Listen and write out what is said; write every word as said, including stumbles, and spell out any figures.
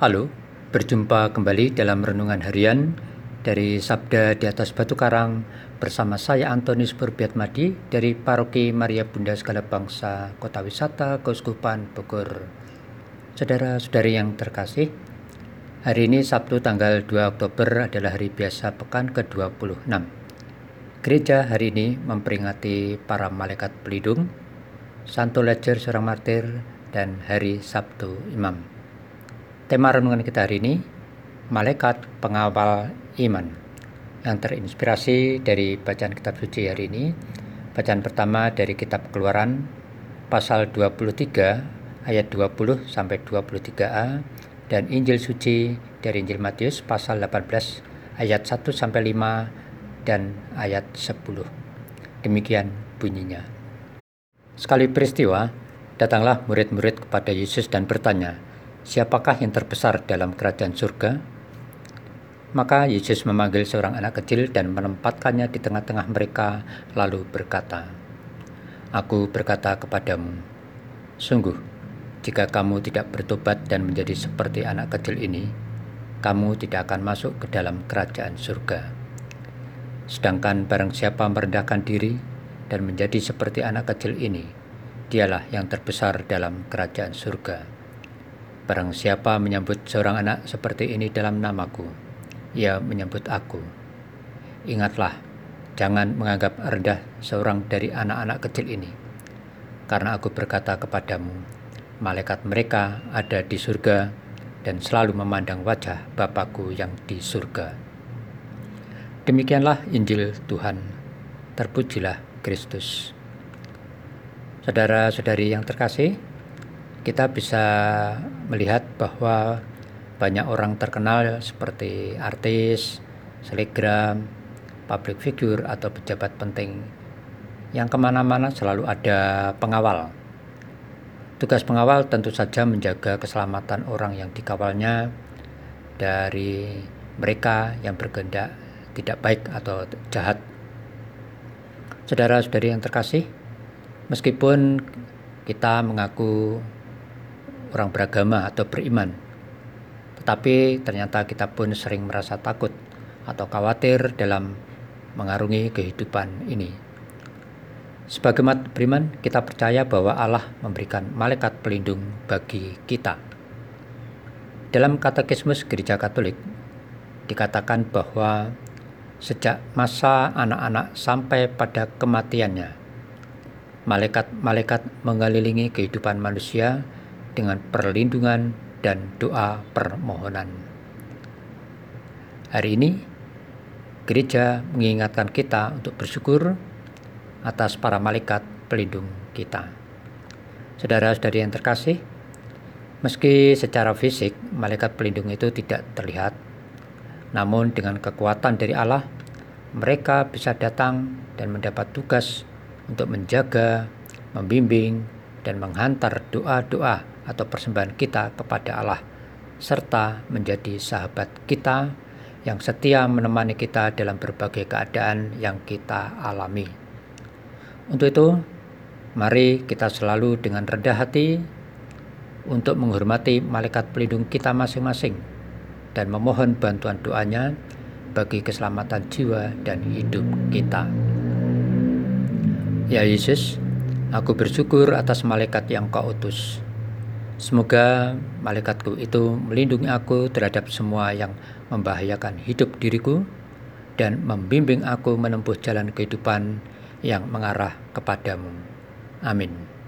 Halo, berjumpa kembali dalam renungan harian dari Sabda di atas Batu Karang bersama saya Antonius Purbiatmadi dari Paroki Maria Bunda Segala Bangsa Kota Wisata Keuskupan Bogor. Saudara-saudari yang terkasih, hari ini Sabtu tanggal dua Oktober adalah hari biasa pekan ke dua puluh enam. Gereja hari ini memperingati para malaikat pelindung, Santo Ledger seorang martir, dan hari Sabtu Imam. Tema renungan kita hari ini, Malaikat Pengawal Iman, yang terinspirasi dari bacaan kitab suci hari ini. Bacaan pertama dari kitab Keluaran, pasal dua puluh tiga, ayat dua puluh sampai dua puluh tiga a, dan Injil suci dari Injil Matius, pasal delapan belas, ayat satu sampai lima, dan ayat sepuluh. Demikian bunyinya. Sekali peristiwa, datanglah murid-murid kepada Yesus dan bertanya, "Siapakah yang terbesar dalam kerajaan surga?" Maka Yesus memanggil seorang anak kecil dan menempatkannya di tengah-tengah mereka, lalu berkata, "Aku berkata kepadamu, sungguh, jika kamu tidak bertobat dan menjadi seperti anak kecil ini, kamu tidak akan masuk ke dalam kerajaan surga. Sedangkan barang siapa merendahkan diri dan menjadi seperti anak kecil ini, dialah yang terbesar dalam kerajaan surga. Barang siapa menyambut seorang anak seperti ini dalam namaku, ia menyambut aku. Ingatlah, jangan menganggap rendah seorang dari anak-anak kecil ini. Karena aku berkata kepadamu, malaikat mereka ada di surga dan selalu memandang wajah Bapakku yang di surga." Demikianlah Injil Tuhan. Terpujilah Kristus. Saudara-saudari yang terkasih, kita bisa melihat bahwa banyak orang terkenal seperti artis, selebgram, public figure, atau pejabat penting yang kemana-mana selalu ada pengawal. Tugas pengawal tentu saja menjaga keselamatan orang yang dikawalnya dari mereka yang berkehendak tidak baik atau jahat. Saudara-saudari yang terkasih, meskipun kita mengaku orang beragama atau beriman, tetapi ternyata kita pun sering merasa takut atau khawatir dalam mengarungi kehidupan ini. Sebagai umat beriman, kita percaya bahwa Allah memberikan malaikat pelindung bagi kita. Dalam Katekismus Gereja Katolik dikatakan bahwa sejak masa anak-anak sampai pada kematiannya, malaikat-malaikat mengelilingi kehidupan manusia dengan perlindungan dan doa permohonan. Hari ini, gereja mengingatkan kita untuk bersyukur atas para malaikat pelindung kita. Saudara-saudari yang terkasih, meski secara fisik malaikat pelindung itu tidak terlihat, namun dengan kekuatan dari Allah, mereka bisa datang dan mendapat tugas untuk menjaga, membimbing, dan menghantar doa-doa atau persembahan kita kepada Allah, serta menjadi sahabat kita yang setia menemani kita dalam berbagai keadaan yang kita alami. Untuk itu, mari kita selalu dengan rendah hati untuk menghormati malaikat pelindung kita masing-masing dan memohon bantuan doanya bagi keselamatan jiwa dan hidup kita. Ya Yesus, aku bersyukur atas malaikat yang Kau utus. Semoga malaikatku itu melindungi aku terhadap semua yang membahayakan hidup diriku dan membimbing aku menempuh jalan kehidupan yang mengarah kepadamu. Amin.